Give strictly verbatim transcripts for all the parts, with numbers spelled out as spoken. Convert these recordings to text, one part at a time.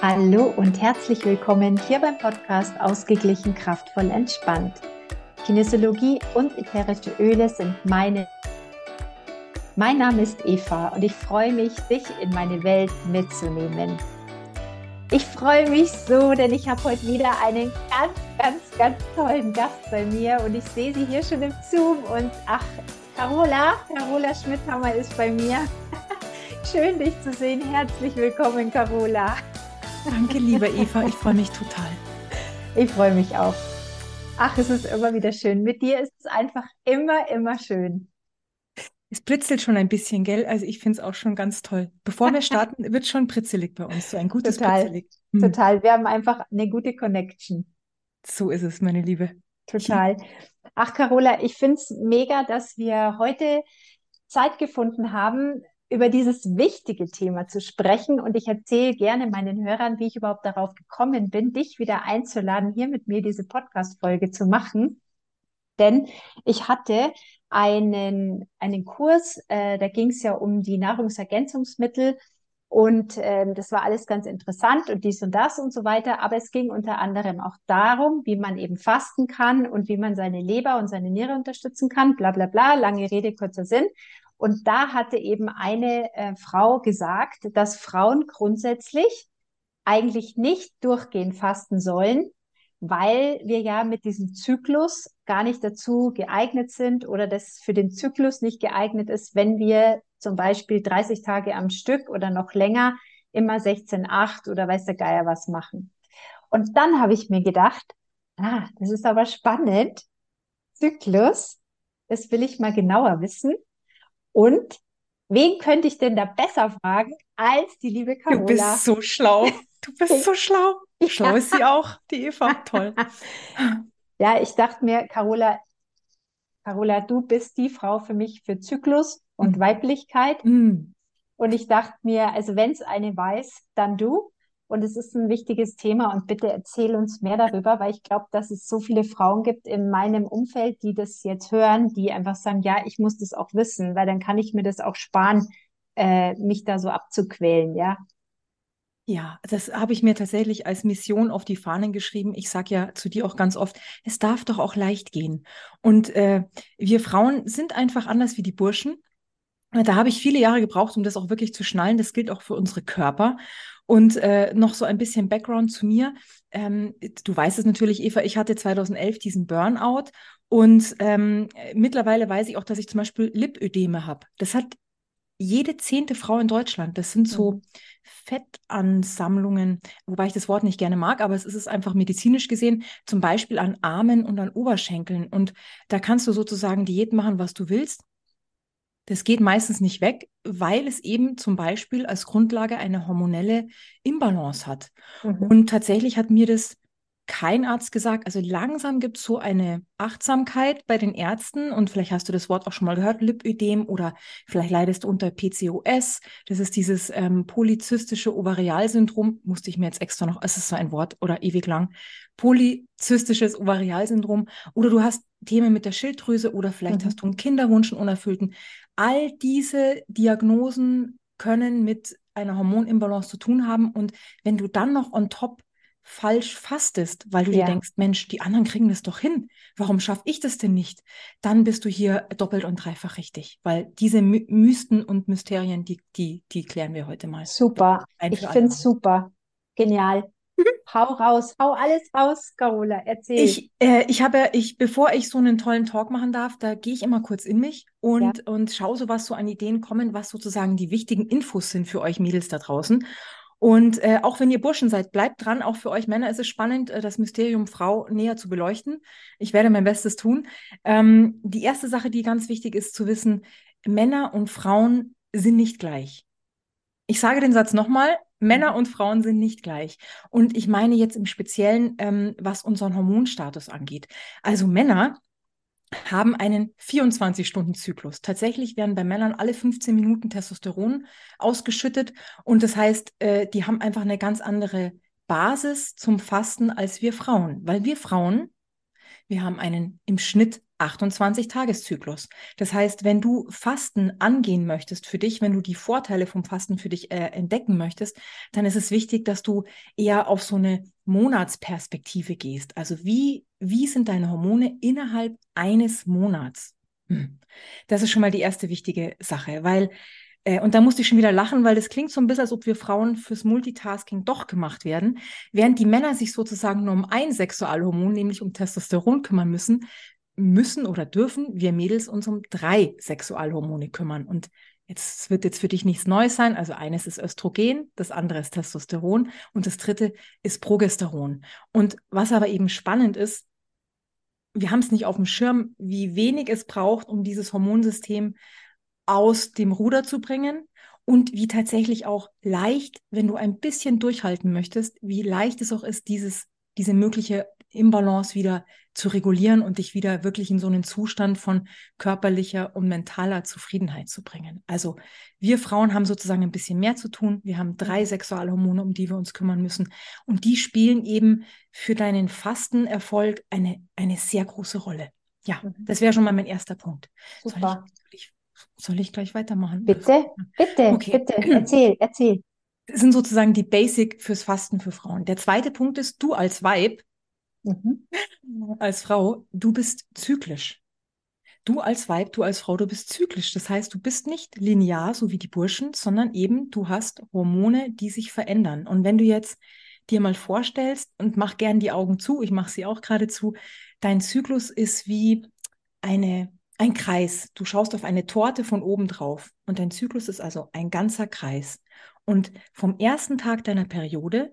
Hallo und herzlich willkommen hier beim Podcast Ausgeglichen, kraftvoll, entspannt. Kinesiologie und ätherische Öle sind meine. Mein Name ist Eva und ich freue mich, dich in meine Welt mitzunehmen. Ich freue mich so, denn ich habe heute wieder einen ganz, ganz, ganz tollen Gast bei mir und ich sehe sie hier schon im Zoom und ach, Carola, Carola Schmidhammer ist bei mir. Schön, dich zu sehen. Herzlich willkommen, Carola. Danke, liebe Eva, ich freue mich total. Ich freue mich auch. Ach, es ist immer wieder schön. Mit dir ist es einfach immer, immer schön. Es britzelt schon ein bisschen, gell? Also ich finde es auch schon ganz toll. Bevor wir starten, wird schon britzelig bei uns. So ein gutes Total, Britzelig. Hm. total. Wir haben einfach eine gute Connection. So ist es, meine Liebe. Total. Ach, Carola, ich finde es mega, dass wir heute Zeit gefunden haben, über dieses wichtige Thema zu sprechen. Und ich erzähle gerne meinen Hörern, wie ich überhaupt darauf gekommen bin, dich wieder einzuladen, hier mit mir diese Podcast-Folge zu machen. Denn ich hatte einen, einen Kurs, äh, da ging es ja um die Nahrungsergänzungsmittel und ähm, das war alles ganz interessant und dies und das und so weiter. Aber es ging unter anderem auch darum, wie man eben fasten kann und wie man seine Leber und seine Niere unterstützen kann. Bla bla bla, lange Rede, kurzer Sinn. Und da hatte eben eine äh, Frau gesagt, dass Frauen grundsätzlich eigentlich nicht durchgehend fasten sollen, weil wir ja mit diesem Zyklus gar nicht dazu geeignet sind oder das für den Zyklus nicht geeignet ist, wenn wir zum Beispiel dreißig Tage am Stück oder noch länger immer sechzehn acht oder weiß der Geier was machen. Und dann habe ich mir gedacht, ah, das ist aber spannend. Zyklus, das will ich mal genauer wissen. Und wen könnte ich denn da besser fragen als die liebe Du Carola? bist so schlau. Du bist so schlau. Schlau Ja. ist sie auch, die Eva. Toll. Ja, ich dachte mir, Carola, Carola, du bist die Frau für mich für Zyklus und Mm. Weiblichkeit. Mm. Und ich dachte mir, also wenn es eine weiß, dann du. Und es ist ein wichtiges Thema und bitte erzähl uns mehr darüber, weil ich glaube, dass es so viele Frauen gibt in meinem Umfeld, die das jetzt hören, die einfach sagen, ja, ich muss das auch wissen, weil dann kann ich mir das auch sparen, äh, mich da so abzuquälen, ja. Ja, das habe ich mir tatsächlich als Mission auf die Fahnen geschrieben. Ich sage ja zu dir auch ganz oft, es darf doch auch leicht gehen. Und äh, wir Frauen sind einfach anders wie die Burschen. Da habe ich viele Jahre gebraucht, um das auch wirklich zu schnallen. Das gilt auch für unsere Körper. Und äh, noch so ein bisschen Background zu mir. Ähm, du weißt es natürlich, Eva, ich hatte zweitausendelf diesen Burnout und ähm, mittlerweile weiß ich auch, dass ich zum Beispiel Lipödeme habe. Das hat jede zehnte Frau in Deutschland. Das sind so Mhm. Fettansammlungen, wobei ich das Wort nicht gerne mag, aber es ist es einfach medizinisch gesehen, zum Beispiel an Armen und an Oberschenkeln. Und da kannst du sozusagen Diät machen, was du willst. Das geht meistens nicht weg, weil es eben zum Beispiel als Grundlage eine hormonelle Imbalance hat. Mhm. Und tatsächlich hat mir das kein Arzt gesagt. Also langsam gibt es so eine Achtsamkeit bei den Ärzten und vielleicht hast du das Wort auch schon mal gehört, Lipödem oder vielleicht leidest du unter P C O S. Das ist dieses ähm, polyzystische Ovarialsyndrom. Musste ich mir jetzt extra noch, es ist so ein Wort oder ewig lang. Polyzystisches Ovarialsyndrom oder du hast Themen mit der Schilddrüse oder vielleicht hast Mhm. du einen Kinderwunsch, einen unerfüllten. All diese Diagnosen können mit einer Hormonimbalance zu tun haben. Und wenn du dann noch on top falsch fastest, weil du dir Ja. denkst, Mensch, die anderen kriegen das doch hin, warum schaffe ich das denn nicht? Dann bist du hier doppelt und dreifach richtig, weil diese My Mysten und Mysterien, die, die, die klären wir heute mal. Super. Ein für Ich alle finde es Mal. super. Genial. Hau raus, hau alles raus, Carola, erzähl. Ich, äh, ich habe, ich, bevor ich so einen tollen Talk machen darf, da gehe ich immer kurz in mich Ja. und, und schaue so, was so an Ideen kommen, was sozusagen die wichtigen Infos sind für euch Mädels da draußen. Und äh, auch wenn ihr Burschen seid, bleibt dran. Auch für euch Männer ist es spannend, äh, das Mysterium Frau näher zu beleuchten. Ich werde mein Bestes tun. Ähm, die erste Sache, die ganz wichtig ist zu wissen, Männer und Frauen sind nicht gleich. Ich sage den Satz nochmal, Männer Mhm. und Frauen sind nicht gleich. Und ich meine jetzt im Speziellen, ähm, was unseren Hormonstatus angeht. Also Männer haben einen vierundzwanzig-Stunden-Zyklus. Tatsächlich werden bei Männern alle fünfzehn Minuten Testosteron ausgeschüttet. Und das heißt, äh, die haben einfach eine ganz andere Basis zum Fasten als wir Frauen. Weil wir Frauen, wir haben einen im Schnitt achtundzwanzig-Tageszyklus. Das heißt, wenn du Fasten angehen möchtest für dich, wenn du die Vorteile vom Fasten für dich äh, entdecken möchtest, dann ist es wichtig, dass du eher auf so eine Monatsperspektive gehst. Also wie, wie sind deine Hormone innerhalb eines Monats? Hm. Das ist schon mal die erste wichtige Sache, weil äh, und da musste ich schon wieder lachen, weil das klingt so ein bisschen, als ob wir Frauen fürs Multitasking doch gemacht werden, während die Männer sich sozusagen nur um ein Sexualhormon, nämlich um Testosteron, kümmern müssen, müssen oder dürfen wir Mädels uns um drei Sexualhormone kümmern. Und jetzt wird jetzt für dich nichts Neues sein. Also eines ist Östrogen, das andere ist Testosteron und das dritte ist Progesteron. Und was aber eben spannend ist, wir haben es nicht auf dem Schirm, wie wenig es braucht, um dieses Hormonsystem aus dem Ruder zu bringen und wie tatsächlich auch leicht, wenn du ein bisschen durchhalten möchtest, wie leicht es auch ist, dieses, diese mögliche Imbalance wieder zu regulieren und dich wieder wirklich in so einen Zustand von körperlicher und mentaler Zufriedenheit zu bringen. Also wir Frauen haben sozusagen ein bisschen mehr zu tun. Wir haben drei Mhm. Sexualhormone, um die wir uns kümmern müssen. Und die spielen eben für deinen Fastenerfolg eine, eine sehr große Rolle. Ja, Mhm. das wäre schon mal mein erster Punkt. Soll ich, Super. soll ich soll ich gleich weitermachen? Oder? Bitte, bitte, Okay. bitte, erzähl, erzähl. Das sind sozusagen die Basic fürs Fasten für Frauen. Der zweite Punkt ist, du als Weib, Mhm. als Frau, du bist zyklisch. Du als Weib, du als Frau, du bist zyklisch. Das heißt, du bist nicht linear, so wie die Burschen, sondern eben du hast Hormone, die sich verändern. Und wenn du jetzt dir mal vorstellst und mach gern die Augen zu, ich mache sie auch gerade zu, dein Zyklus ist wie eine, ein Kreis. Du schaust auf eine Torte von oben drauf und dein Zyklus ist also ein ganzer Kreis. Und vom ersten Tag deiner Periode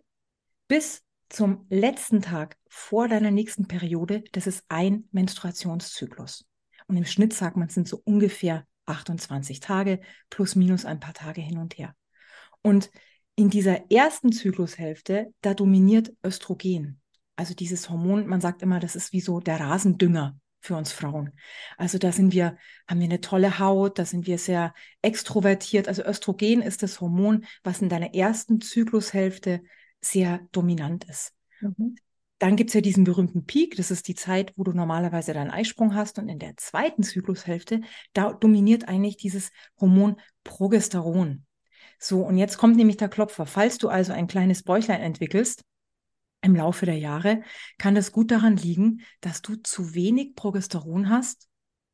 bis zum letzten Tag vor deiner nächsten Periode, das ist ein Menstruationszyklus. Und im Schnitt sagt man, es sind so ungefähr achtundzwanzig Tage plus minus ein paar Tage hin und her. Und in dieser ersten Zyklushälfte, da dominiert Östrogen. Also dieses Hormon, man sagt immer, das ist wie so der Rasendünger für uns Frauen. Also da sind wir, haben wir eine tolle Haut, da sind wir sehr extrovertiert. Also Östrogen ist das Hormon, was in deiner ersten Zyklushälfte sehr dominant ist. Mhm. Dann gibt es ja diesen berühmten Peak, das ist die Zeit, wo du normalerweise deinen Eisprung hast. Und in der zweiten Zyklushälfte, da dominiert eigentlich dieses Hormon Progesteron. So, und jetzt kommt nämlich der Klopfer. Falls du also ein kleines Bäuchlein entwickelst im Laufe der Jahre, kann das gut daran liegen, dass du zu wenig Progesteron hast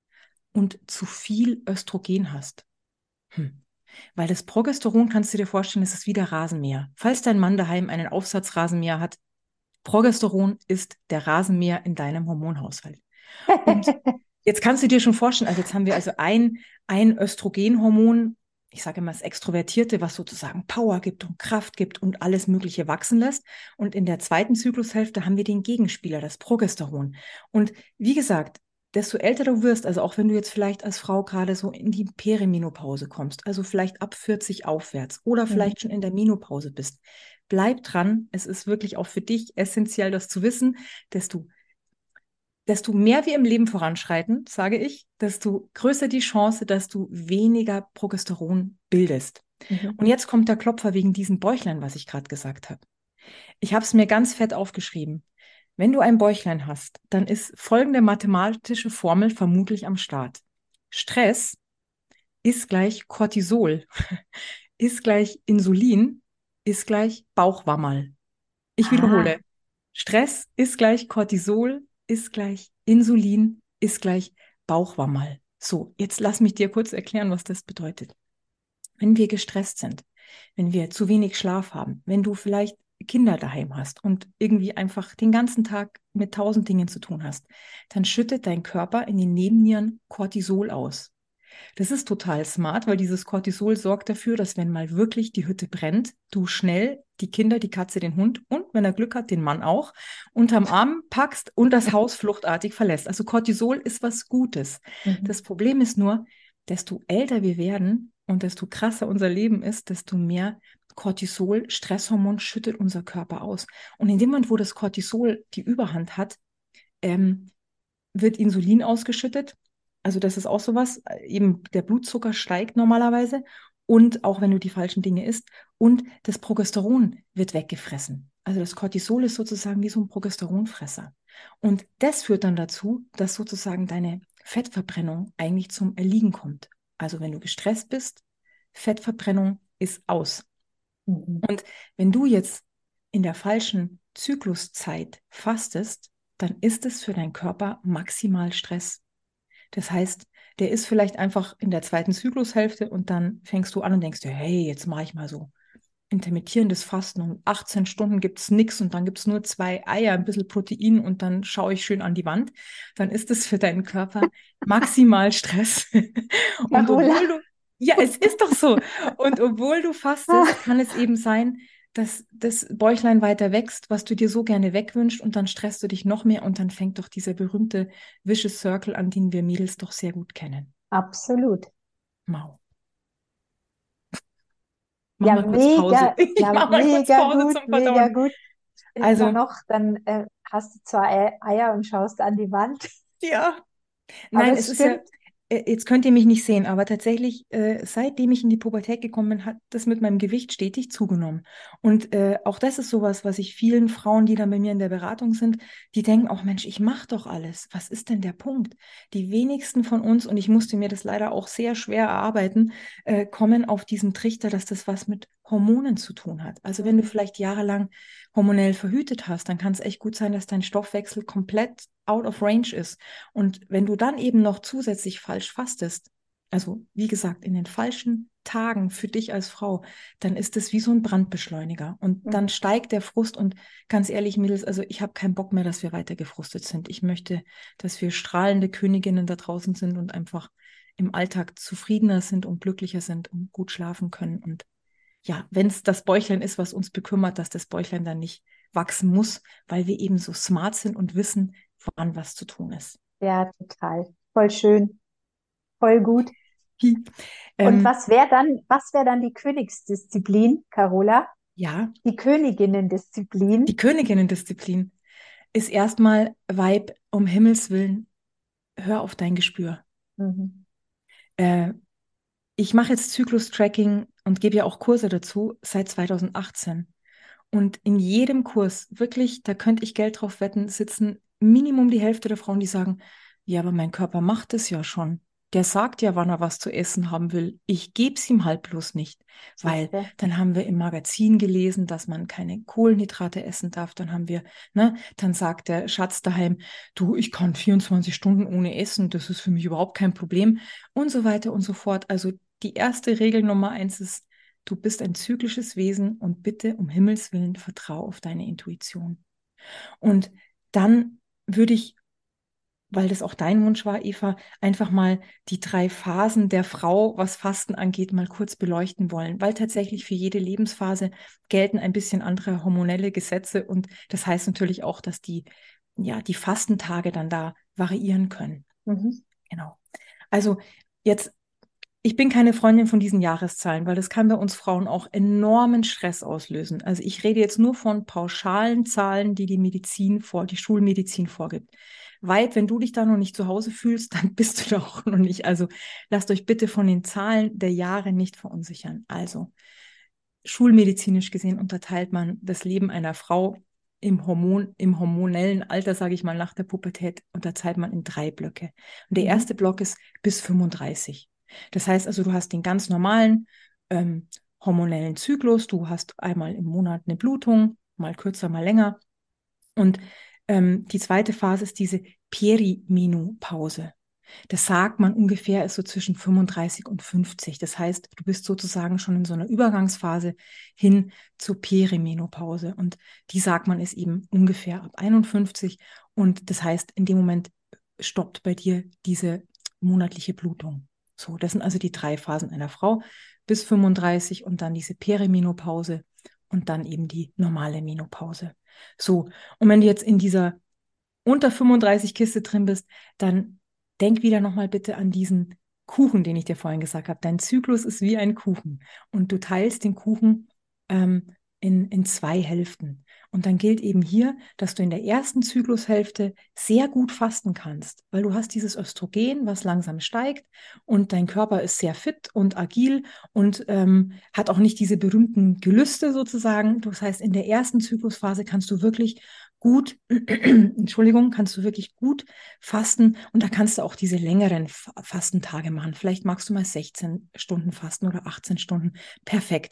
und zu viel Östrogen hast. Hm. Weil das Progesteron, kannst du dir vorstellen, das ist wie der Rasenmäher. Falls dein Mann daheim einen Aufsatzrasenmäher hat, Progesteron ist der Rasenmäher in deinem Hormonhaushalt. Und jetzt kannst du dir schon vorstellen, also jetzt haben wir also ein, ein Östrogenhormon, ich sage immer das Extrovertierte, was sozusagen Power gibt und Kraft gibt und alles Mögliche wachsen lässt. Und in der zweiten Zyklushälfte haben wir den Gegenspieler, das Progesteron. Und wie gesagt, desto älter du wirst, also auch wenn du jetzt vielleicht als Frau gerade so in die Perimenopause kommst, also vielleicht ab vierzig aufwärts oder Mhm. vielleicht schon in der Menopause bist, bleib dran. Es ist wirklich auch für dich essentiell, das zu wissen, desto desto mehr wir im Leben voranschreiten, sage ich, desto größer die Chance, dass du weniger Progesteron bildest. Mhm. Und jetzt kommt der Klopfer wegen diesem Bäuchlein, was ich gerade gesagt habe. Ich habe es mir ganz fett aufgeschrieben. Wenn du ein Bäuchlein hast, dann ist folgende mathematische Formel vermutlich am Start. Stress ist gleich Cortisol, ist gleich Insulin, ist gleich Bauchwammerl. Ich Ah, wiederhole. Stress ist gleich Cortisol, ist gleich Insulin, ist gleich Bauchwammerl. So, jetzt lass mich dir kurz erklären, was das bedeutet. Wenn wir gestresst sind, wenn wir zu wenig Schlaf haben, wenn du vielleicht Kinder daheim hast und irgendwie einfach den ganzen Tag mit tausend Dingen zu tun hast, dann schüttet dein Körper in den Nebennieren Cortisol aus. Das ist total smart, weil dieses Cortisol sorgt dafür, dass wenn mal wirklich die Hütte brennt, du schnell die Kinder, die Katze, den Hund und, wenn er Glück hat, den Mann auch, unterm Arm packst und das Haus fluchtartig verlässt. Also Cortisol ist was Gutes. mhm. Das Problem ist nur, desto älter wir werden und desto krasser unser Leben ist, desto mehr Cortisol, Stresshormon, schüttet unser Körper aus. Und in dem Moment, wo das Cortisol die Überhand hat, ähm, wird Insulin ausgeschüttet. Also das ist auch sowas. Eben der Blutzucker steigt normalerweise und auch wenn du die falschen Dinge isst und das Progesteron wird weggefressen. Also das Cortisol ist sozusagen wie so ein Progesteronfresser. Und das führt dann dazu, dass sozusagen deine Fettverbrennung eigentlich zum Erliegen kommt. Also wenn du gestresst bist, Fettverbrennung ist aus. Mhm. Und wenn du jetzt in der falschen Zykluszeit fastest, dann ist es für deinen Körper maximal Stress. Das heißt, der ist vielleicht einfach in der zweiten Zyklushälfte und dann fängst du an und denkst dir, hey, jetzt mache ich mal so intermittierendes Fasten und achtzehn Stunden gibt es nichts und dann gibt es nur zwei Eier, ein bisschen Protein und dann schaue ich schön an die Wand, dann ist es für deinen Körper maximal Stress. Und Carola. obwohl du, ja, es ist doch so, und obwohl du fastest, kann es eben sein, dass das Bäuchlein weiter wächst, was du dir so gerne wegwünschst und dann stresst du dich noch mehr und dann fängt doch dieser berühmte Vicious Circle an, den wir Mädels doch sehr gut kennen. Absolut. Mau. Mach Ja, mal kurz Pause. mega, Ich ja, mach mal kurz mega Pause gut, zum mega Verdauen. gut. Stell dir mal Also, noch, dann äh, hast du zwei Eier und schaust an die Wand. ja. Aber Nein, es es ist ja, stimmt. äh, jetzt könnt ihr mich nicht sehen, aber tatsächlich, äh, seitdem ich in die Pubertät gekommen bin, hat das mit meinem Gewicht stetig zugenommen. Und äh, auch das ist sowas, was ich vielen Frauen, die dann bei mir in der Beratung sind, die denken auch, Mensch, ich mache doch alles. Was ist denn der Punkt? Die wenigsten von uns, und ich musste mir das leider auch sehr schwer erarbeiten, äh, kommen auf diesen Trichter, dass das was mit Hormonen zu tun hat. Also wenn du Mhm. vielleicht jahrelang hormonell verhütet hast, dann kann es echt gut sein, dass dein Stoffwechsel komplett out of range ist. Und wenn du dann eben noch zusätzlich falsch fastest, also wie gesagt, in den falschen Tagen für dich als Frau, dann ist es wie so ein Brandbeschleuniger. Und Mhm. dann steigt der Frust. Und ganz ehrlich, Mädels, also ich habe keinen Bock mehr, dass wir weiter gefrustet sind. Ich möchte, dass wir strahlende Königinnen da draußen sind und einfach im Alltag zufriedener sind und glücklicher sind und gut schlafen können. Und ja, wenn es das Bäuchlein ist, was uns bekümmert, dass das Bäuchlein dann nicht wachsen muss, weil wir eben so smart sind und wissen, wann was zu tun ist. Ja, total. Voll schön, voll gut. Hi. Und Ähm, was wäre dann, was wäre dann die Königsdisziplin, Carola? ja, Die Königinnendisziplin? die Königinnendisziplin ist erstmal Weib, um Himmels Willen, hör auf dein Gespür. Mhm. Äh, ich mache jetzt Zyklus-Tracking und gebe ja auch Kurse dazu seit zwanzig achtzehn. Und in jedem Kurs, wirklich, da könnte ich Geld drauf wetten, sitzen Minimum die Hälfte der Frauen, die sagen, ja, aber mein Körper macht es ja schon. Der sagt ja, wann er was zu essen haben will. Ich gebe es ihm halt bloß nicht. Weil Siehste. dann haben wir im Magazin gelesen, dass man keine Kohlenhydrate essen darf. Dann haben wir, ne, dann sagt der Schatz daheim, du, ich kann vierundzwanzig Stunden ohne essen, das ist für mich überhaupt kein Problem. Und so weiter und so fort. Also die erste Regel Nummer eins ist, du bist ein zyklisches Wesen und bitte um Himmels Willen vertrau auf deine Intuition. Und dann würde ich, weil das auch dein Wunsch war, Eva, einfach mal die drei Phasen der Frau, was Fasten angeht, mal kurz beleuchten wollen, weil tatsächlich für jede Lebensphase gelten ein bisschen andere hormonelle Gesetze und das heißt natürlich auch, dass die, ja, die Fastentage dann da variieren können. Mhm. Genau. Also jetzt, ich bin keine Freundin von diesen Jahreszahlen, weil das kann bei uns Frauen auch enormen Stress auslösen. Also ich rede jetzt nur von pauschalen Zahlen, die die Medizin vor, die Schulmedizin vorgibt. Weit, wenn du dich da noch nicht zu Hause fühlst, dann bist du da auch noch nicht. Also lasst euch bitte von den Zahlen der Jahre nicht verunsichern. Also schulmedizinisch gesehen unterteilt man das Leben einer Frau im Hormon, im hormonellen Alter, sage ich mal, nach der Pubertät, unterteilt man in drei Blöcke. Und der Mhm. erste Block ist bis fünfunddreißig. Das heißt also, du hast den ganz normalen ähm, hormonellen Zyklus, du hast einmal im Monat eine Blutung, mal kürzer, mal länger. Und ähm, die zweite Phase ist diese Perimenopause. Das sagt man ungefähr ist so zwischen fünfunddreißig und fünfzig. Das heißt, du bist sozusagen schon in so einer Übergangsphase hin zur Perimenopause. Und die sagt man ist eben ungefähr ab einundfünfzig. Und das heißt, in dem Moment stoppt bei dir diese monatliche Blutung. So, das sind also die drei Phasen einer Frau bis fünfunddreißig und dann diese Perimenopause und dann eben die normale Menopause. So, und wenn du jetzt in dieser unter fünfunddreißig Kiste drin bist, dann denk wieder nochmal bitte an diesen Kuchen, den ich dir vorhin gesagt habe. Dein Zyklus ist wie ein Kuchen und du teilst den Kuchen ähm, in, in zwei Hälften. Und dann gilt eben hier, dass du in der ersten Zyklushälfte sehr gut fasten kannst, weil du hast dieses Östrogen, was langsam steigt und dein Körper ist sehr fit und agil und ähm, hat auch nicht diese berühmten Gelüste sozusagen. Das heißt, in der ersten Zyklusphase kannst du wirklich gut, Entschuldigung, kannst du wirklich gut fasten und da kannst du auch diese längeren F- Fastentage machen. Vielleicht magst du mal sechzehn Stunden fasten oder achtzehn Stunden. Perfekt.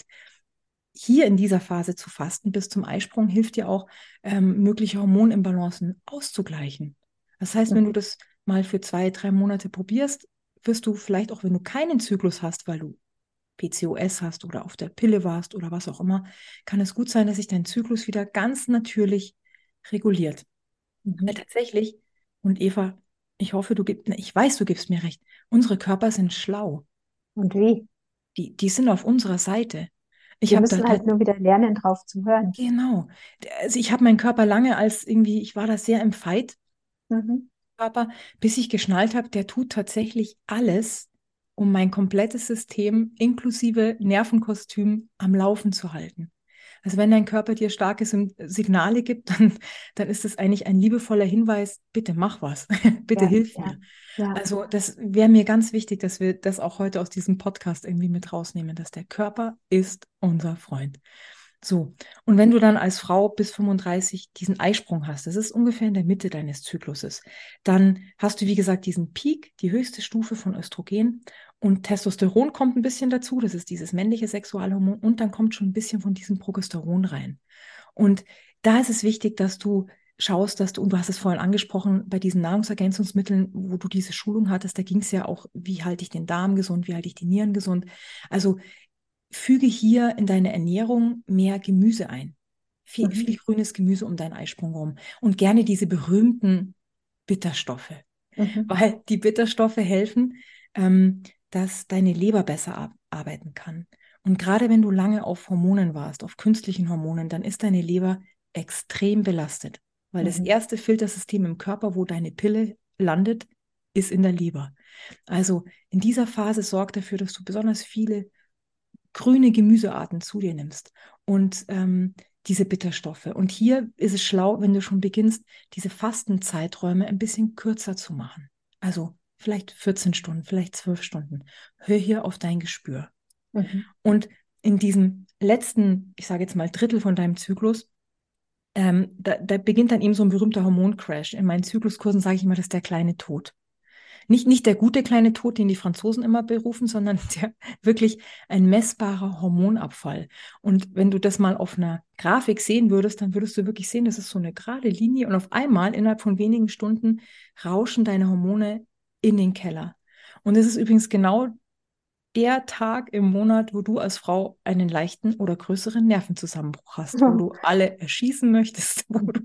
Hier in dieser Phase zu fasten bis zum Eisprung hilft dir auch, ähm, mögliche Hormonimbalancen auszugleichen. Das heißt, wenn du das mal für zwei, drei Monate probierst, wirst du vielleicht auch, wenn du keinen Zyklus hast, weil du P C O S hast oder auf der Pille warst oder was auch immer, kann es gut sein, dass sich dein Zyklus wieder ganz natürlich reguliert. Weil Mhm. tatsächlich, und Eva, ich hoffe, du gibst, ich weiß, du gibst mir recht, unsere Körper sind schlau. Und wie? Die, die sind auf unserer Seite. Ich Wir habe da, müssen da halt nur wieder lernen, drauf zu hören. Genau. Also ich habe meinen Körper lange als irgendwie, ich war da sehr im Fight, Mhm. Körper, bis ich geschnallt habe, der tut tatsächlich alles, um mein komplettes System inklusive Nervenkostüm am Laufen zu halten. Also wenn dein Körper dir starke Sim- Signale gibt, dann, dann ist es eigentlich ein liebevoller Hinweis, bitte mach was, bitte Ja, hilf ja, mir. ja. Also das wäre mir ganz wichtig, dass wir das auch heute aus diesem Podcast irgendwie mit rausnehmen, dass der Körper ist unser Freund. So, und wenn du dann als Frau bis fünfunddreißig diesen Eisprung hast, das ist ungefähr in der Mitte deines Zykluses, dann hast du, wie gesagt, diesen Peak, die höchste Stufe von Östrogen und Testosteron kommt ein bisschen dazu, das ist dieses männliche Sexualhormon und dann kommt schon ein bisschen von diesem Progesteron rein. Und da ist es wichtig, dass du schaust, dass du, und du hast es vorhin angesprochen, bei diesen Nahrungsergänzungsmitteln, wo du diese Schulung hattest, da ging es ja auch, wie halte ich den Darm gesund, wie halte ich die Nieren gesund. Also füge hier in deine Ernährung mehr Gemüse ein. Viel, Mhm. viel grünes Gemüse um deinen Eisprung rum. Und gerne diese berühmten Bitterstoffe, Mhm. weil die Bitterstoffe helfen, ähm, dass deine Leber besser ar- arbeiten kann. Und gerade wenn du lange auf Hormonen warst, auf künstlichen Hormonen, dann ist deine Leber extrem belastet, weil das Mhm. erste Filtersystem im Körper, wo deine Pille landet, ist in der Leber. Also in dieser Phase sorgt dafür, dass du besonders viele grüne Gemüsearten zu dir nimmst und ähm, diese Bitterstoffe. Und hier ist es schlau, wenn du schon beginnst, diese Fastenzeiträume ein bisschen kürzer zu machen. Also vielleicht vierzehn Stunden, vielleicht zwölf Stunden. Hör hier auf dein Gespür. Mhm. Und in diesem letzten, ich sage jetzt mal Drittel von deinem Zyklus, ähm, da, da beginnt dann eben so ein berühmter Hormoncrash. In meinen Zykluskursen sage ich immer, das ist der kleine Tod. Nicht, nicht der gute kleine Tod, den die Franzosen immer berufen, sondern der wirklich ein messbarer Hormonabfall. Und wenn du das mal auf einer Grafik sehen würdest, dann würdest du wirklich sehen, das ist so eine gerade Linie und auf einmal innerhalb von wenigen Stunden rauschen deine Hormone in den Keller. Und es ist übrigens genau der Tag im Monat, wo du als Frau einen leichten oder größeren Nervenzusammenbruch hast, wo du alle erschießen möchtest, wo du,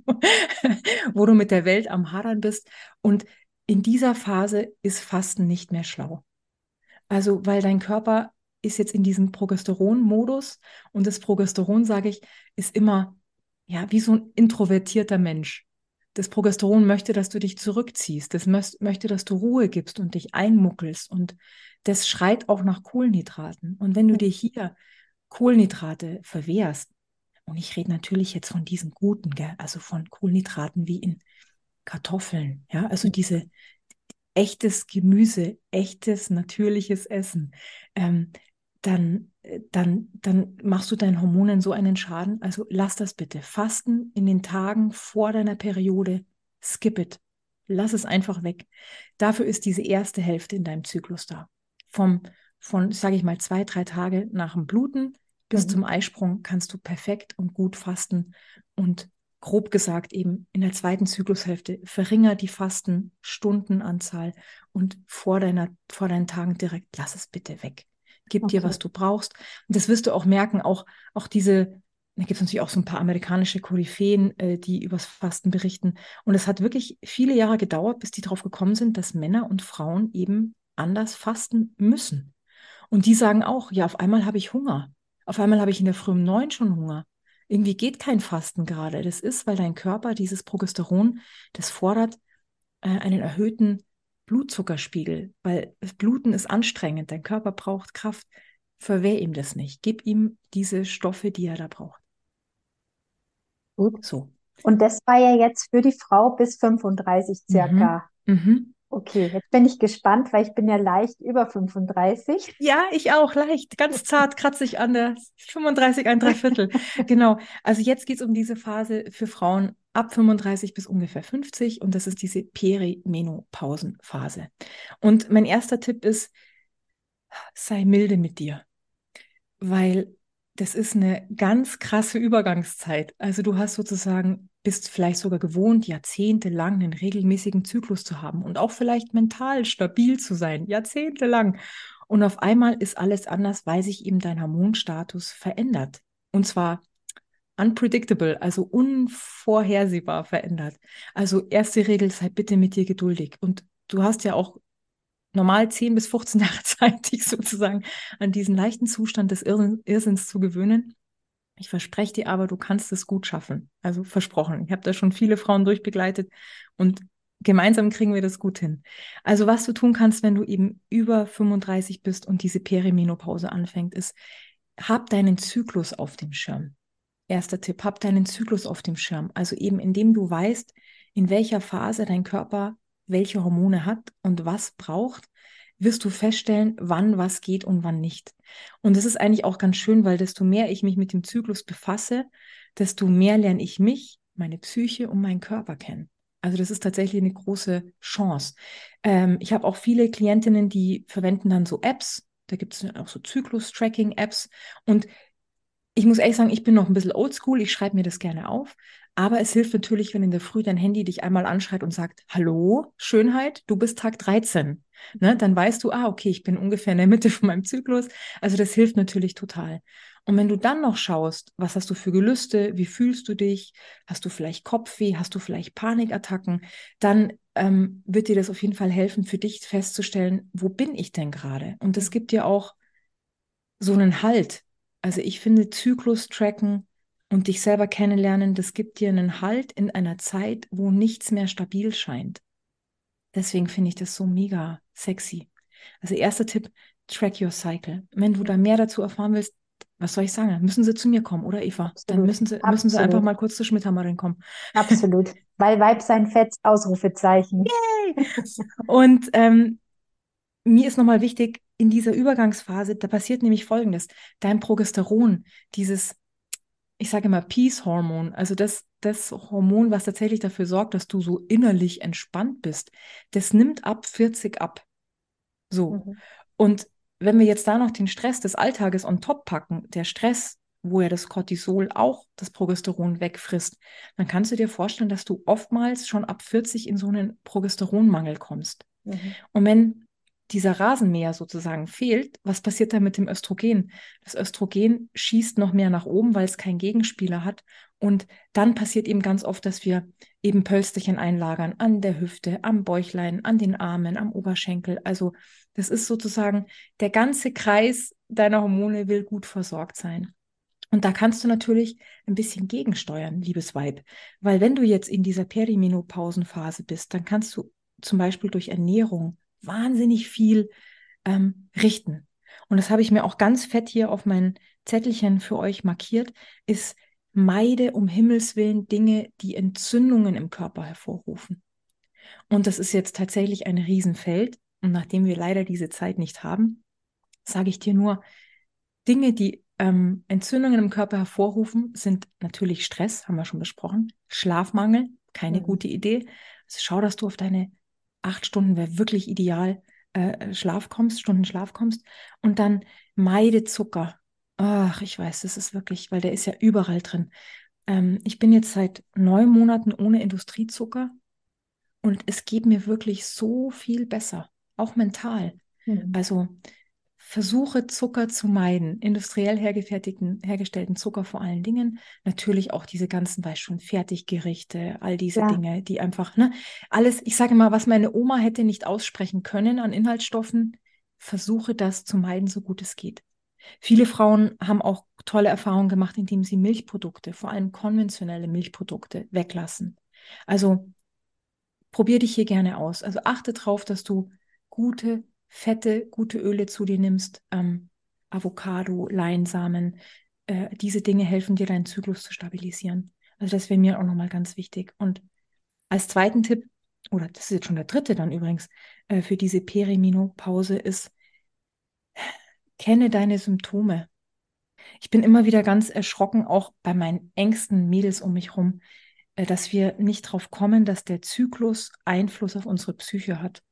wo du mit der Welt am Hadern bist. Und in dieser Phase ist Fasten nicht mehr schlau. Also, weil dein Körper ist jetzt in diesem Progesteron-Modus und das Progesteron, sage ich, ist immer ja wie so ein introvertierter Mensch. Das Progesteron möchte, dass du dich zurückziehst. Das mös- möchte, dass du Ruhe gibst und dich einmuckelst. Und das schreit auch nach Kohlenhydraten. Und wenn du dir hier Kohlenhydrate verwehrst, und ich rede natürlich jetzt von diesen guten, gell, also von Kohlenhydraten wie in Kartoffeln, ja, also diese echtes Gemüse, echtes natürliches Essen, ähm, dann, äh, dann, dann machst du deinen Hormonen so einen Schaden. Also lass das bitte. Fasten in den Tagen vor deiner Periode, skip it. Lass es einfach weg. Dafür ist diese erste Hälfte in deinem Zyklus da. Vom, von, sage ich mal, zwei, drei Tage nach dem Bluten bis Mhm. zum Eisprung kannst du perfekt und gut fasten und grob gesagt eben in der zweiten Zyklushälfte verringert die Fastenstundenanzahl und vor deiner, vor deinen Tagen direkt lass es bitte weg. Gib dir, Okay. was du brauchst. Und das wirst du auch merken, auch, auch diese, da gibt es natürlich auch so ein paar amerikanische Koryphäen, äh, die übers Fasten berichten. Und es hat wirklich viele Jahre gedauert, bis die darauf gekommen sind, dass Männer und Frauen eben anders fasten müssen. Und die sagen auch, ja, auf einmal habe ich Hunger. Auf einmal habe ich in der Früh um neun schon Hunger. Irgendwie geht kein Fasten gerade. Das ist, weil dein Körper dieses Progesteron, das fordert äh, einen erhöhten Blutzuckerspiegel, weil das Bluten ist anstrengend. Dein Körper braucht Kraft. Verwehr ihm das nicht. Gib ihm diese Stoffe, die er da braucht. Gut. So. Und das war ja jetzt für die Frau bis fünfunddreißig Mhm. circa. Mhm. Okay, jetzt bin ich gespannt, weil ich bin ja leicht über fünfunddreißig. Ja, ich auch, leicht, ganz zart, kratzig an der fünfunddreißig, ein Dreiviertel. Genau. Also jetzt geht es um diese Phase für Frauen ab fünfunddreißig bis ungefähr fünfzig und das ist diese Perimenopausenphase. Und mein erster Tipp ist, sei milde mit dir, weil das ist eine ganz krasse Übergangszeit. Also du hast sozusagen, bist vielleicht sogar gewohnt, jahrzehntelang einen regelmäßigen Zyklus zu haben und auch vielleicht mental stabil zu sein, jahrzehntelang. Und auf einmal ist alles anders, weil sich eben dein Hormonstatus verändert. Und zwar unpredictable, also unvorhersehbar verändert. Also erste Regel, sei bitte mit dir geduldig. Und du hast ja auch normal zehn bis fünfzehn Jahre Zeit, dich sozusagen an diesen leichten Zustand des Irr Irrsinns zu gewöhnen. Ich verspreche dir aber, du kannst es gut schaffen. Also versprochen. Ich habe da schon viele Frauen durchbegleitet und gemeinsam kriegen wir das gut hin. Also was du tun kannst, wenn du eben über fünfunddreißig bist und diese Perimenopause anfängt, ist, hab deinen Zyklus auf dem Schirm. Erster Tipp, hab deinen Zyklus auf dem Schirm. Also eben indem du weißt, in welcher Phase dein Körper welche Hormone hat und was braucht, wirst du feststellen, wann was geht und wann nicht. Und das ist eigentlich auch ganz schön, weil desto mehr ich mich mit dem Zyklus befasse, desto mehr lerne ich mich, meine Psyche und meinen Körper kennen. Also das ist tatsächlich eine große Chance. Ähm, ich habe auch viele Klientinnen, die verwenden dann so Apps. Da gibt es auch so Zyklus-Tracking-Apps. Und ich muss ehrlich sagen, ich bin noch ein bisschen oldschool, ich schreibe mir das gerne auf, aber es hilft natürlich, wenn in der Früh dein Handy dich einmal anschreit und sagt, hallo, Schönheit, du bist Tag dreizehn. Ne? Dann weißt du, ah, okay, ich bin ungefähr in der Mitte von meinem Zyklus. Also das hilft natürlich total. Und wenn du dann noch schaust, was hast du für Gelüste, wie fühlst du dich, hast du vielleicht Kopfweh, hast du vielleicht Panikattacken, dann ähm, wird dir das auf jeden Fall helfen, für dich festzustellen, wo bin ich denn gerade? Und das gibt dir auch so einen Halt. Also ich finde, Zyklus tracken und dich selber kennenlernen, das gibt dir einen Halt in einer Zeit, wo nichts mehr stabil scheint. Deswegen finde ich das so mega sexy. Also erster Tipp, track your cycle. Wenn du da mehr dazu erfahren willst, was soll ich sagen? Dann müssen sie zu mir kommen, oder Eva? Dann Absolut, müssen sie, müssen sie einfach absolut, mal kurz zur Schmidthammerin kommen. absolut. Weil Weib sein Fett, Ausrufezeichen. Yay! Und ähm, mir ist nochmal wichtig, in dieser Übergangsphase, da passiert nämlich Folgendes. Dein Progesteron, dieses, ich sage immer Peace-Hormon, also das, das Hormon, was tatsächlich dafür sorgt, dass du so innerlich entspannt bist, das nimmt ab vierzig ab. So. Mhm. Und wenn wir jetzt da noch den Stress des Alltages on top packen, der Stress, wo ja das Cortisol auch das Progesteron wegfrisst, dann kannst du dir vorstellen, dass du oftmals schon ab vierzig in so einen Progesteronmangel kommst. Mhm. Und wenn dieser Rasenmäher sozusagen fehlt, was passiert dann mit dem Östrogen? Das Östrogen schießt noch mehr nach oben, weil es keinen Gegenspieler hat. Und dann passiert eben ganz oft, dass wir eben Pölsterchen einlagern an der Hüfte, am Bäuchlein, an den Armen, am Oberschenkel. Also das ist sozusagen der ganze Kreis deiner Hormone will gut versorgt sein. Und da kannst du natürlich ein bisschen gegensteuern, liebes Weib. Weil wenn du jetzt in dieser Perimenopausenphase bist, dann kannst du zum Beispiel durch Ernährung wahnsinnig viel ähm, richten. Und das habe ich mir auch ganz fett hier auf mein Zettelchen für euch markiert, ist meide um Himmels Willen Dinge, die Entzündungen im Körper hervorrufen. Und das ist jetzt tatsächlich ein Riesenfeld. Und nachdem wir leider diese Zeit nicht haben, sage ich dir nur, Dinge, die ähm, Entzündungen im Körper hervorrufen, sind natürlich Stress, haben wir schon besprochen, Schlafmangel, keine Mhm. gute Idee. Also schau, dass du auf deine acht Stunden, wäre wirklich ideal, äh, Schlaf kommst, Stunden Schlaf kommst. Und dann meide Zucker. Ach, ich weiß, das ist wirklich, weil der ist ja überall drin. Ähm, ich bin jetzt seit neun Monaten ohne Industriezucker und es geht mir wirklich so viel besser, auch mental. Mhm. Also versuche Zucker zu meiden, industriell hergefertigten, hergestellten Zucker vor allen Dingen. Natürlich auch diese ganzen, weißt schon, Fertiggerichte, all diese Klar. Dinge, die einfach, ne, alles, ich sage mal, was meine Oma hätte nicht aussprechen können an Inhaltsstoffen, versuche das zu meiden, so gut es geht. Viele Frauen haben auch tolle Erfahrungen gemacht, indem sie Milchprodukte, vor allem konventionelle Milchprodukte, weglassen. Also probier dich hier gerne aus. Also achte darauf, dass du gute, fette, gute Öle zu dir nimmst. Ähm, Avocado, Leinsamen. Äh, diese Dinge helfen dir, deinen Zyklus zu stabilisieren. Also das wäre mir auch nochmal ganz wichtig. Und als zweiten Tipp, oder das ist jetzt schon der dritte dann übrigens, äh, für diese Perimenopause ist, kenne deine Symptome. Ich bin immer wieder ganz erschrocken, auch bei meinen engsten Mädels um mich rum, äh, dass wir nicht drauf kommen, dass der Zyklus Einfluss auf unsere Psyche hat.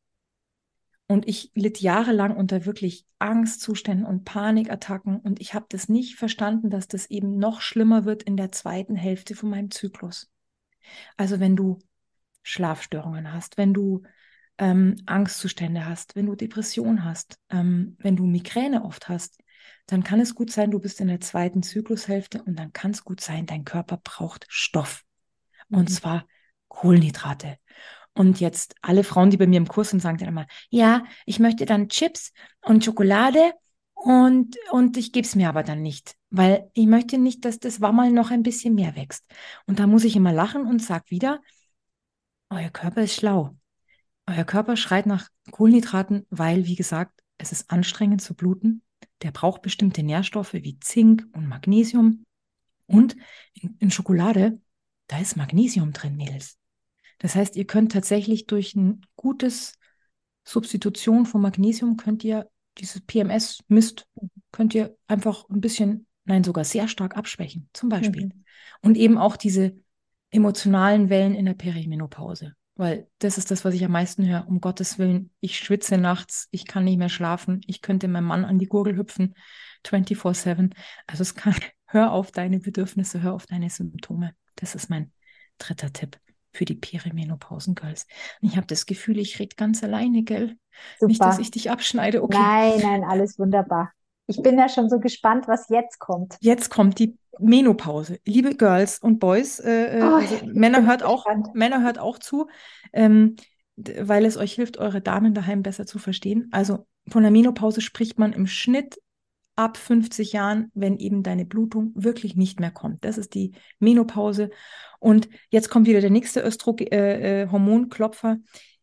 Und ich litt jahrelang unter wirklich Angstzuständen und Panikattacken und ich habe das nicht verstanden, dass das eben noch schlimmer wird in der zweiten Hälfte von meinem Zyklus. Also wenn du Schlafstörungen hast, wenn du ähm, Angstzustände hast, wenn du Depression hast, ähm, wenn du Migräne oft hast, dann kann es gut sein, du bist in der zweiten Zyklushälfte und dann kann es gut sein, dein Körper braucht Stoff. Und Mhm. zwar Kohlenhydrate. Und jetzt alle Frauen, die bei mir im Kurs sind, sagen dann immer, ja, ich möchte dann Chips und Schokolade und, und ich gebe es mir aber dann nicht, weil ich möchte nicht, dass das Wammerl noch ein bisschen mehr wächst. Und da muss ich immer lachen und sage wieder, euer Körper ist schlau. Euer Körper schreit nach Kohlenhydraten, weil, wie gesagt, es ist anstrengend zu bluten. Der braucht bestimmte Nährstoffe wie Zink und Magnesium. Und in, in Schokolade, da ist Magnesium drin, Mädels. Das heißt, ihr könnt tatsächlich durch ein gutes Substitution von Magnesium könnt ihr dieses P M S-Mist, könnt ihr einfach ein bisschen, nein, sogar sehr stark abschwächen, zum Beispiel. Mhm. Und eben auch diese emotionalen Wellen in der Perimenopause. Weil das ist das, was ich am meisten höre. Um Gottes Willen, ich schwitze nachts, ich kann nicht mehr schlafen, ich könnte meinem Mann an die Gurgel hüpfen, vierundzwanzig sieben. Also es kann, hör auf deine Bedürfnisse, hör auf deine Symptome. Das ist mein dritter Tipp für die Perimenopausen-Girls. Ich habe das Gefühl, ich rede ganz alleine, gell? Nicht, dass ich Super. dich abschneide. Okay, Nein, nein, alles wunderbar. Ich bin ja schon so gespannt, was jetzt kommt. jetzt kommt die Menopause. Liebe Girls und Boys, äh, äh, Oh, also ich Männer bin hört auch, gespannt. Männer hört auch zu, ähm, d- weil es euch hilft, eure Damen daheim besser zu verstehen. Also von der Menopause spricht man im Schnitt ab fünfzig Jahren, wenn eben deine Blutung wirklich nicht mehr kommt. Das ist die Menopause. Und jetzt kommt wieder der nächste Östrogen, äh, äh, Hormonklopfer.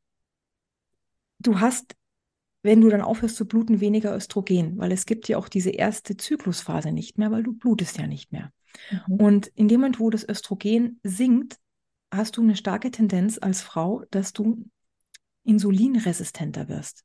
Du hast, wenn du dann aufhörst zu bluten, weniger Östrogen, weil es gibt ja auch diese erste Zyklusphase nicht mehr, weil du blutest ja nicht mehr. Mhm. Und in dem Moment, wo das Östrogen sinkt, hast du eine starke Tendenz als Frau, dass du insulinresistenter wirst.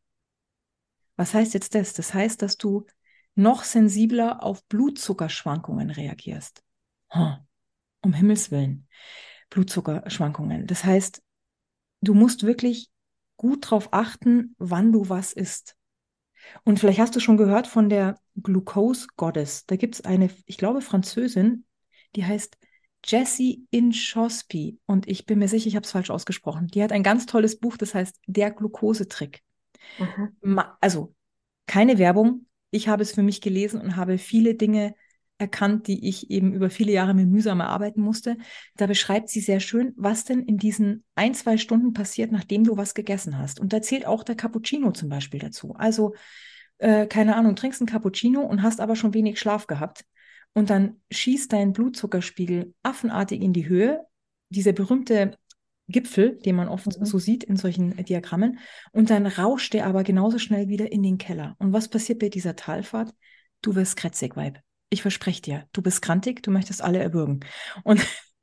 Was heißt jetzt das? Das heißt, dass du noch sensibler auf Blutzuckerschwankungen reagierst. Huh, um Himmels Willen. Blutzuckerschwankungen. Das heißt, du musst wirklich gut darauf achten, wann du was isst. Und vielleicht hast du schon gehört von der Glucose Goddess. Da gibt es eine, ich glaube, Französin, die heißt Jessie Inchauspé. Und ich bin mir sicher, ich habe es falsch ausgesprochen. Die hat ein ganz tolles Buch, das heißt Der Glukosetrick. Aha. Ma- Also keine Werbung. Ich habe es für mich gelesen und habe viele Dinge erkannt, die ich eben über viele Jahre mir mühsam erarbeiten musste. Da beschreibt sie sehr schön, was denn in diesen ein, zwei Stunden passiert, nachdem du was gegessen hast. Und da zählt auch der Cappuccino zum Beispiel dazu. Also äh, keine Ahnung, trinkst einen Cappuccino und hast aber schon wenig Schlaf gehabt. Und dann schießt dein Blutzuckerspiegel affenartig in die Höhe. Dieser berühmte Gipfel, den man oft Mhm. so sieht in solchen äh, Diagrammen. Und dann rauscht der aber genauso schnell wieder in den Keller. Und was passiert bei dieser Talfahrt? Du wirst krätzig, Weib. Ich verspreche dir, du bist krantig, du möchtest alle erwürgen. Und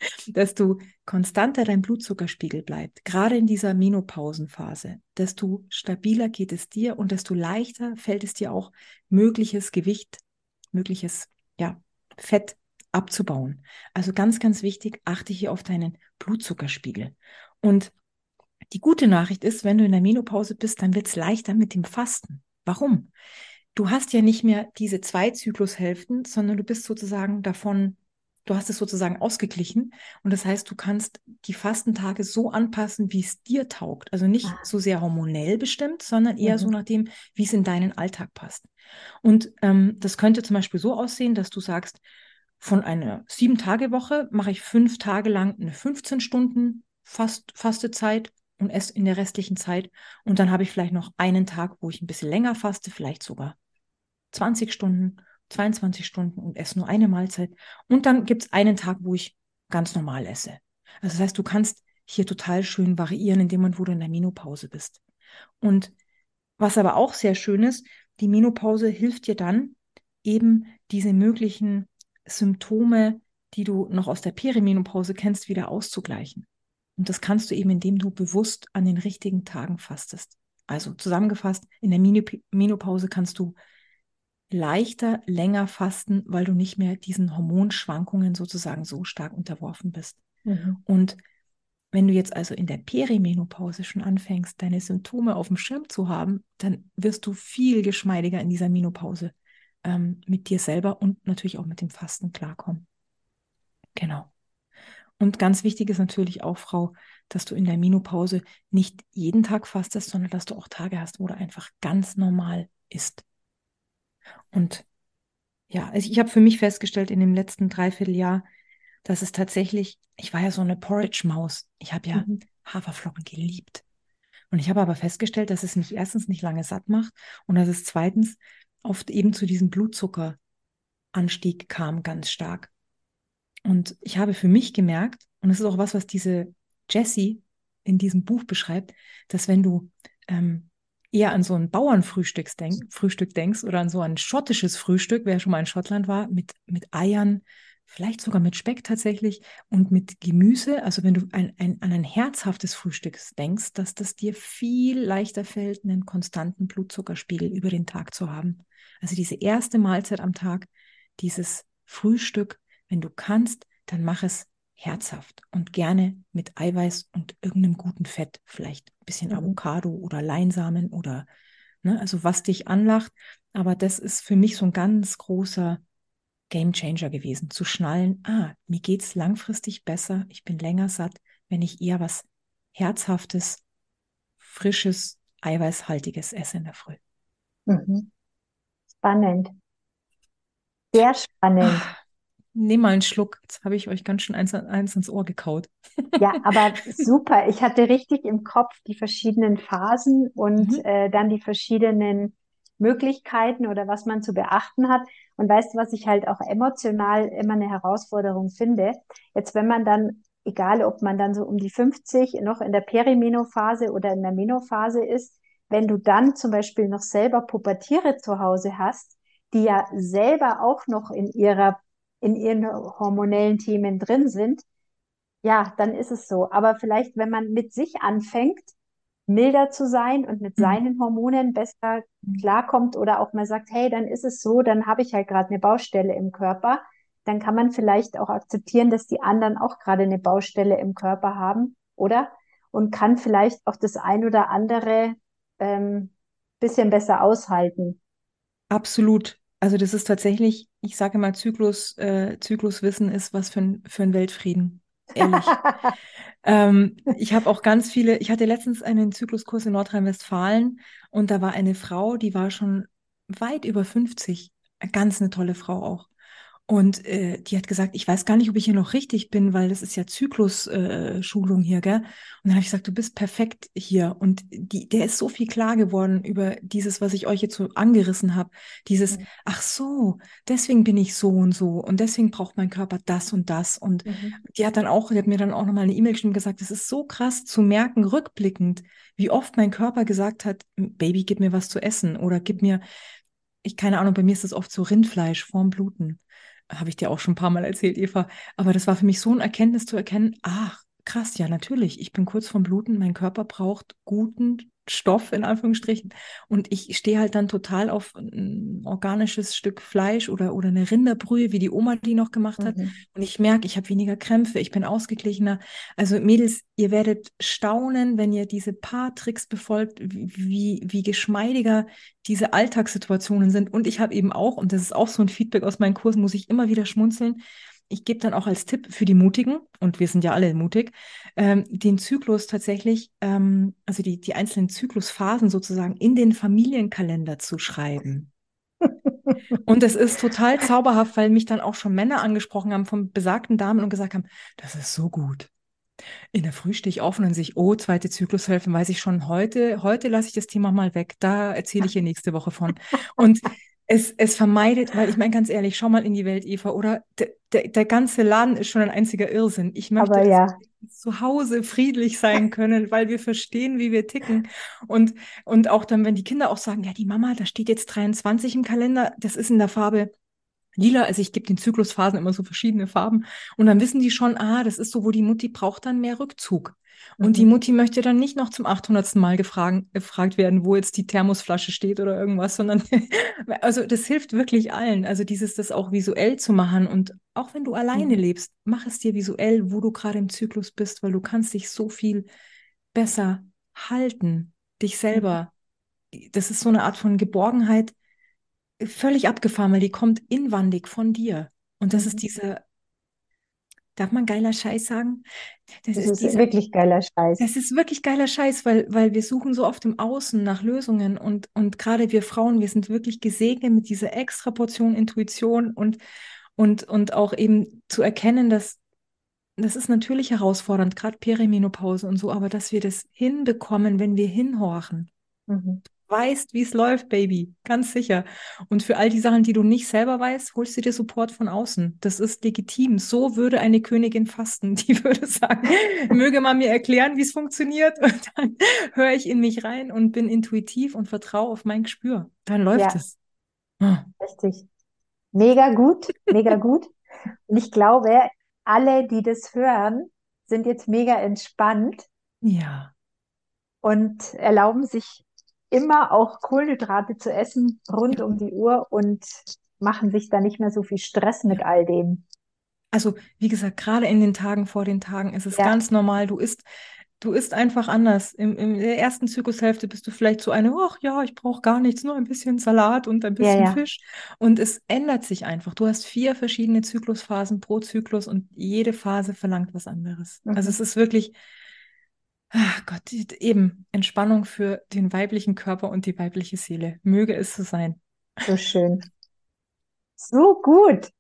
desto konstanter dein Blutzuckerspiegel bleibt, gerade in dieser Menopausenphase, desto stabiler geht es dir und desto leichter fällt es dir auch, mögliches Gewicht, mögliches ja, Fett abzubauen. Also ganz, ganz wichtig, achte hier auf deinen Blutzuckerspiegel. Und die gute Nachricht ist, wenn du in der Menopause bist, dann wird es leichter mit dem Fasten. Warum? Du hast ja nicht mehr diese zwei Zyklushälften, sondern du bist sozusagen davon, du hast es sozusagen ausgeglichen. Und das heißt, du kannst die Fastentage so anpassen, wie es dir taugt. Also nicht Ah, so sehr hormonell bestimmt, sondern eher so mhm. nach dem, wie es in deinen Alltag passt. Und ähm, das könnte zum Beispiel so aussehen, dass du sagst, von einer Sieben-Tage-Woche mache ich fünf Tage lang eine fünfzehn Stunden Fast Fastezeit und esse in der restlichen Zeit. Und dann habe ich vielleicht noch einen Tag, wo ich ein bisschen länger faste, vielleicht sogar zwanzig Stunden, zweiundzwanzig Stunden und esse nur eine Mahlzeit. Und dann gibt es einen Tag, wo ich ganz normal esse. Also das heißt, du kannst hier total schön variieren in dem Moment, wo du in der Menopause bist. Und was aber auch sehr schön ist, die Menopause hilft dir dann, eben diese möglichen Symptome die du noch aus der Perimenopause kennst, wieder auszugleichen. Und das kannst du eben, indem du bewusst an den richtigen Tagen fastest. Also zusammengefasst, in der Menopause kannst du leichter, länger fasten, weil du nicht mehr diesen Hormonschwankungen sozusagen so stark unterworfen bist. Mhm. Und wenn du jetzt also in der Perimenopause schon anfängst, deine Symptome auf dem Schirm zu haben, dann wirst du viel geschmeidiger in dieser Menopause ähm, mit dir selber und natürlich auch mit dem Fasten klarkommen. Genau. Und ganz wichtig ist natürlich auch, Frau, dass du in der Menopause nicht jeden Tag fastest, sondern dass du auch Tage hast, wo du einfach ganz normal isst. Und ja, also ich habe für mich festgestellt in dem letzten Dreivierteljahr, dass es tatsächlich, ich war ja so eine Porridge-Maus. Ich habe ja Mhm. Haferflocken geliebt. Und ich habe aber festgestellt, dass es mich erstens nicht lange satt macht und dass es zweitens oft eben zu diesem Blutzuckeranstieg kam, ganz stark. Und ich habe für mich gemerkt, und das ist auch was, was diese Jessie in diesem Buch beschreibt, dass wenn du ähm, eher an so ein Bauernfrühstück denk, Frühstück denkst oder an so ein schottisches Frühstück, wer schon mal in Schottland war, mit, mit Eiern, vielleicht sogar mit Speck tatsächlich und mit Gemüse, also wenn du ein, ein, an ein herzhaftes Frühstück denkst, dass das dir viel leichter fällt, einen konstanten Blutzuckerspiegel über den Tag zu haben. Also diese erste Mahlzeit am Tag, dieses Frühstück, wenn du kannst, dann mach es herzhaft und gerne mit Eiweiß und irgendeinem guten Fett, vielleicht ein bisschen Mhm. Avocado oder Leinsamen oder, ne, also was dich anlacht. Aber das ist für mich so ein ganz großer Gamechanger gewesen, zu schnallen, ah, mir geht's langfristig besser, ich bin länger satt, wenn ich eher was Herzhaftes, frisches, eiweißhaltiges esse in der Früh. Mhm. Spannend. Sehr spannend. Ah, nehm mal einen Schluck, jetzt habe ich euch ganz schön eins, eins ins Ohr gekaut. Ja, aber super. Ich hatte richtig im Kopf die verschiedenen Phasen und Mhm. äh, dann die verschiedenen Möglichkeiten oder was man zu beachten hat. Und weißt du, was ich halt auch emotional immer eine Herausforderung finde? Jetzt, wenn man dann, egal ob man dann so um die fünfzig noch in der Perimenophase oder in der Menophase ist, wenn du dann zum Beispiel noch selber Pubertiere zu Hause hast, die ja selber auch noch in ihrer, in ihren hormonellen Themen drin sind, ja, dann ist es so. Aber vielleicht, wenn man mit sich anfängt, milder zu sein und mit Mhm. seinen Hormonen besser klarkommt oder auch mal sagt, hey, dann ist es so, dann habe ich halt gerade eine Baustelle im Körper, dann kann man vielleicht auch akzeptieren, dass die anderen auch gerade eine Baustelle im Körper haben, oder? Und kann vielleicht auch das ein oder andere ähm, bisschen besser aushalten. Absolut. Also das ist tatsächlich, ich sage mal, Zyklus, äh, Zykluswissen ist was für ein, für ein Weltfrieden. Ehrlich. Ähm, ich habe auch ganz viele, ich hatte letztens einen Zykluskurs in Nordrhein-Westfalen und da war eine Frau, die war schon weit über fünfzig, ganz eine tolle Frau auch. Und äh, die hat gesagt, ich weiß gar nicht, ob ich hier noch richtig bin, weil das ist ja Zyklus-Schulung äh, Schulung hier, gell? Und dann habe ich gesagt, du bist perfekt hier. Und die, der ist so viel klar geworden über dieses, was ich euch jetzt so angerissen habe. Dieses, Mhm. ach so, deswegen bin ich so und so und deswegen braucht mein Körper das und das. Und Mhm. die hat dann auch, die hat mir dann auch nochmal eine E-Mail geschrieben und gesagt, es ist so krass zu merken, rückblickend, wie oft mein Körper gesagt hat, Baby, gib mir was zu essen oder gib mir, ich keine Ahnung, bei mir ist das oft so Rindfleisch vorm Bluten. Habe ich dir auch schon ein paar Mal erzählt, Eva. Aber das war für mich so ein Erkenntnis zu erkennen, ach, krass, ja, natürlich, ich bin kurz vorm Bluten, mein Körper braucht guten Stoff, in Anführungsstrichen. Und ich stehe halt dann total auf ein organisches Stück Fleisch oder, oder eine Rinderbrühe, wie die Oma die noch gemacht hat. Mhm. Und ich merke, ich habe weniger Krämpfe, ich bin ausgeglichener. Also Mädels, ihr werdet staunen, wenn ihr diese paar Tricks befolgt, wie, wie geschmeidiger diese Alltagssituationen sind. Und ich habe eben auch, und das ist auch so ein Feedback aus meinen Kursen, muss ich immer wieder schmunzeln. Ich gebe dann auch als Tipp für die Mutigen, und wir sind ja alle mutig, ähm, den Zyklus tatsächlich, ähm, also die, die einzelnen Zyklusphasen sozusagen in den Familienkalender zu schreiben. Und es ist total zauberhaft, weil mich dann auch schon Männer angesprochen haben von besagten Damen und gesagt haben, das ist so gut. In der Früh stehe ich auf und dann sehe ich, oh, zweite Zyklushälfte, weiß ich schon heute, heute lasse ich das Thema mal weg. Da erzähle ich ihr nächste Woche von. Und es, es vermeidet, weil ich meine ganz ehrlich, schau mal in die Welt, Eva, oder der, der, der ganze Laden ist schon ein einziger Irrsinn. Ich möchte, Aber dass ja, wir zu Hause friedlich sein können, weil wir verstehen, wie wir ticken. Und, und auch dann, wenn die Kinder auch sagen, ja, die Mama, da steht jetzt dreiundzwanzig im Kalender, das ist in der Farbe lila, also ich gebe den Zyklusphasen immer so verschiedene Farben und dann wissen die schon, ah, das ist so, wo die Mutti braucht dann mehr Rückzug. Und die Mhm. Mutti möchte dann nicht noch zum achthundertsten Mal gefragt, gefragt werden, wo jetzt die Thermosflasche steht oder irgendwas, sondern also das hilft wirklich allen. Also dieses, das auch visuell zu machen und auch wenn du alleine Mhm. lebst, mach es dir visuell, wo du gerade im Zyklus bist, weil du kannst dich so viel besser halten, dich Mhm. selber. Das ist so eine Art von Geborgenheit, völlig abgefahren, weil die kommt inwandig von dir. Und das ist Mhm. dieser, darf man geiler Scheiß sagen? Das Das ist ist dieser, wirklich geiler Scheiß. das ist wirklich geiler Scheiß, weil, weil wir suchen so oft im Außen nach Lösungen und, und gerade wir Frauen, wir sind wirklich gesegnet mit dieser extra Portion Intuition und, und, und auch eben zu erkennen, dass das ist natürlich herausfordernd, gerade Perimenopause und so, aber dass wir das hinbekommen, wenn wir hinhorchen. Mhm. Weißt, wie es läuft, Baby, ganz sicher. Und für all die Sachen, die du nicht selber weißt, holst du dir Support von außen. Das ist legitim. So würde eine Königin fasten. Die würde sagen, möge man mir erklären, wie es funktioniert. Und dann höre ich in mich rein und bin intuitiv und vertraue auf mein Gespür. Dann läuft Ja, es. Ah. richtig. Mega gut, mega gut. Und ich glaube, alle, die das hören, sind jetzt mega entspannt Ja. und erlauben sich immer auch Kohlenhydrate zu essen rund Ja. um die Uhr und machen sich da nicht mehr so viel Stress mit Ja. all dem. Also, wie gesagt, gerade in den Tagen vor den Tagen ist es Ja, ganz normal. Du isst, du isst einfach anders. Im, in der ersten Zyklushälfte bist du vielleicht so eine, ach ja, ich brauche gar nichts, nur ein bisschen Salat und ein ja, bisschen ja. Fisch. Und es ändert sich einfach. Du hast vier verschiedene Zyklusphasen pro Zyklus und jede Phase verlangt was anderes. Also es Mhm. ist wirklich, ach Gott, die- eben Entspannung für den weiblichen Körper und die weibliche Seele. Möge es so sein. So schön. So gut.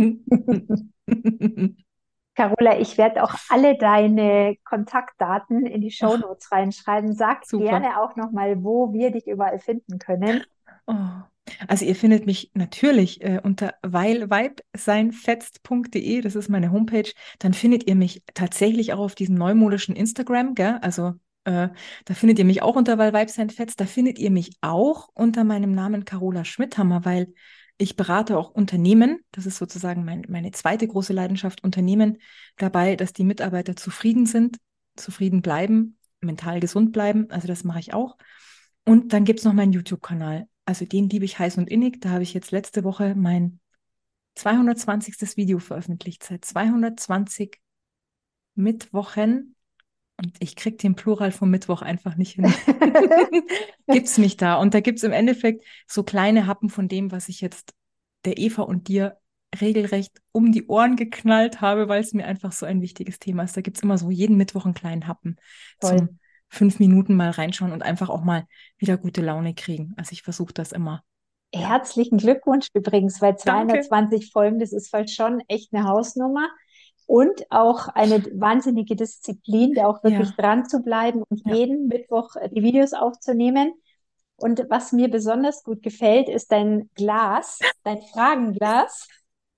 Carola, ich werde auch alle deine Kontaktdaten in die Ach, Shownotes reinschreiben. Sag super. gerne auch nochmal, wo wir dich überall finden können. Oh. Also ihr findet mich natürlich äh, unter weilweibseinfetzt punkt de, das ist meine Homepage. Dann findet ihr mich tatsächlich auch auf diesem neumodischen Instagram, gell? Also äh, da findet ihr mich auch unter weilweibseinfetzt. Da findet ihr mich auch unter meinem Namen Carola Schmidhammer, weil ich berate auch Unternehmen. Das ist sozusagen mein, meine zweite große Leidenschaft, Unternehmen dabei, dass die Mitarbeiter zufrieden sind, zufrieden bleiben, mental gesund bleiben. Also das mache ich auch. Und dann gibt es noch meinen YouTube-Kanal. Also den liebe ich heiß und innig. Da habe ich jetzt letzte Woche mein zweihundertzwanzigstes Video veröffentlicht. Seit zweihundertzwanzig Mittwochen. Und ich kriege den Plural vom Mittwoch einfach nicht hin. Gibt's mich da. Und da gibt's im Endeffekt so kleine Happen von dem, was ich jetzt der Eva und dir regelrecht um die Ohren geknallt habe, weil es mir einfach so ein wichtiges Thema ist. Da gibt's immer so jeden Mittwoch einen kleinen Happen Toll. zum fünf Minuten mal reinschauen und einfach auch mal wieder gute Laune kriegen. Also ich versuche das immer. Ja. Herzlichen Glückwunsch übrigens, weil Danke. zweihundertzwanzig Folgen, das ist halt schon echt eine Hausnummer und auch eine wahnsinnige Disziplin, da auch wirklich Ja, dran zu bleiben und ja. jeden Mittwoch äh, die Videos aufzunehmen. Und was mir besonders gut gefällt, ist dein Glas, dein Fragenglas.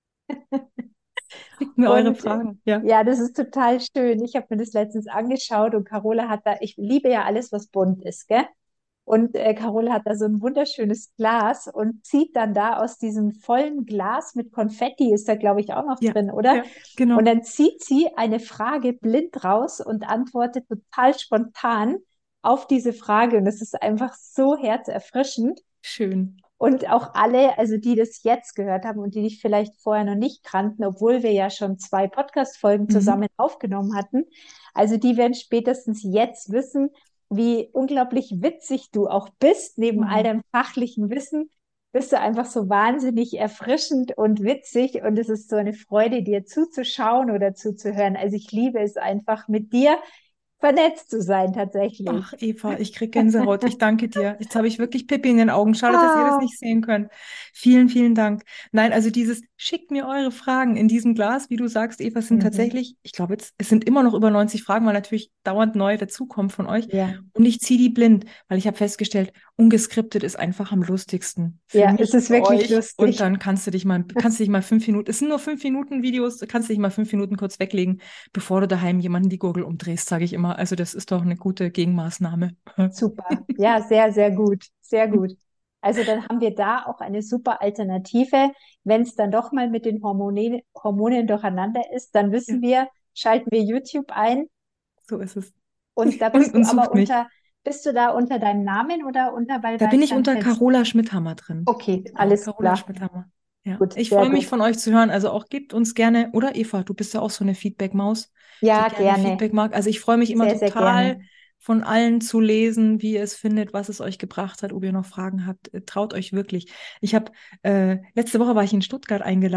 Schickt mir eure Und äh, Fragen. Ja. ja, das ist total schön. Ich habe mir das letztens angeschaut und Carola hat da, ich liebe ja alles, was bunt ist, gell? Und äh, Carola hat da so ein wunderschönes Glas und zieht dann da aus diesem vollen Glas mit Konfetti, ist da, glaube ich, auch noch Ja, drin, oder? ja, genau. Und dann zieht sie eine Frage blind raus und antwortet total spontan auf diese Frage. Und das ist einfach so herzerfrischend. Schön. Und auch alle, also die das jetzt gehört haben und die dich vielleicht vorher noch nicht kannten, obwohl wir ja schon zwei Podcast-Folgen Mhm. zusammen aufgenommen hatten, also die werden spätestens jetzt wissen, wie unglaublich witzig du auch bist. Neben all Oh. deinem fachlichen Wissen bist du einfach so wahnsinnig erfrischend und witzig und es ist so eine Freude, dir zuzuschauen oder zuzuhören. Also ich liebe es einfach mit dir vernetzt zu sein Ach, tatsächlich. Eva, ich krieg Gänsehaut. Ich danke dir. Jetzt habe ich wirklich Pippi in den Augen. Schade, dass ihr das Ah, nicht sehen könnt. Vielen, vielen Dank. Nein, also dieses, schickt mir eure Fragen in diesem Glas, wie du sagst, Eva, es sind mhm. tatsächlich, ich glaube jetzt, es sind immer noch über neunzig Fragen, weil natürlich dauernd neue dazukommen von euch. Ja. Und ich ziehe die blind, weil ich habe festgestellt, ungeskriptet ist einfach am lustigsten. Für Ja, es mich, ist für wirklich euch. Und lustig. dann kannst du dich mal, kannst du dich mal fünf Minuten, es sind nur fünf Minuten Videos, kannst du dich mal fünf Minuten kurz weglegen, bevor du daheim jemanden die Gurgel umdrehst, sage ich immer. Also das ist doch eine gute Gegenmaßnahme. Super. Ja, sehr, sehr gut. Sehr gut. Also dann haben wir da auch eine super Alternative. wenn es dann doch mal mit den Hormonen, Hormonen durcheinander ist, dann Ja, wissen wir, schalten wir YouTube ein. so ist es. Und da Und, bist du und aber sucht mich. unter, bist du da unter deinem Namen oder unter, weil, Da weil bin es ich dann unter fest? Carola Schmidhammer drin. Okay, Genau, alles Carola klar. Schmidhammer. Ja, Gut, ich sehr freue mich gut. von euch zu hören. Also auch gebt uns gerne, oder Eva, du bist ja auch so eine Feedback-Maus, die Ja, gerne gerne. Feedback mag. Also ich freue mich immer Sehr, sehr total gerne. von allen zu lesen, wie ihr es findet, was es euch gebracht hat, ob ihr noch Fragen habt. Äh, Traut euch wirklich. Ich habe, äh, letzte Woche war ich in Stuttgart eingeladen.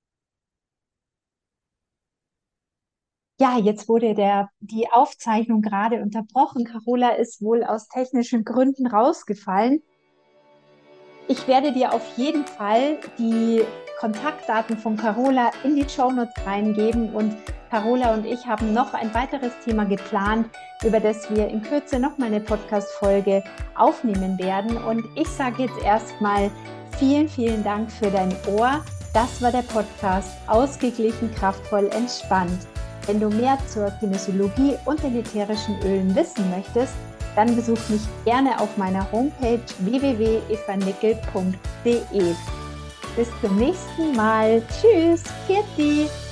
Ja, jetzt wurde der, die Aufzeichnung gerade unterbrochen. Carola ist wohl aus technischen Gründen rausgefallen. Ich werde dir auf jeden Fall die Kontaktdaten von Carola in die Shownotes reingeben und Carola und ich haben noch ein weiteres Thema geplant, über das wir in Kürze nochmal eine Podcast-Folge aufnehmen werden. Und ich sage jetzt erstmal vielen, vielen Dank für dein Ohr. Das war der Podcast Ausgeglichen, kraftvoll, entspannt. Wenn du mehr zur Kinesiologie und den ätherischen Ölen wissen möchtest, dann besuch mich gerne auf meiner Homepage w w w punkt eva nickel punkt d e. Bis zum nächsten Mal. Tschüss, Pfiat.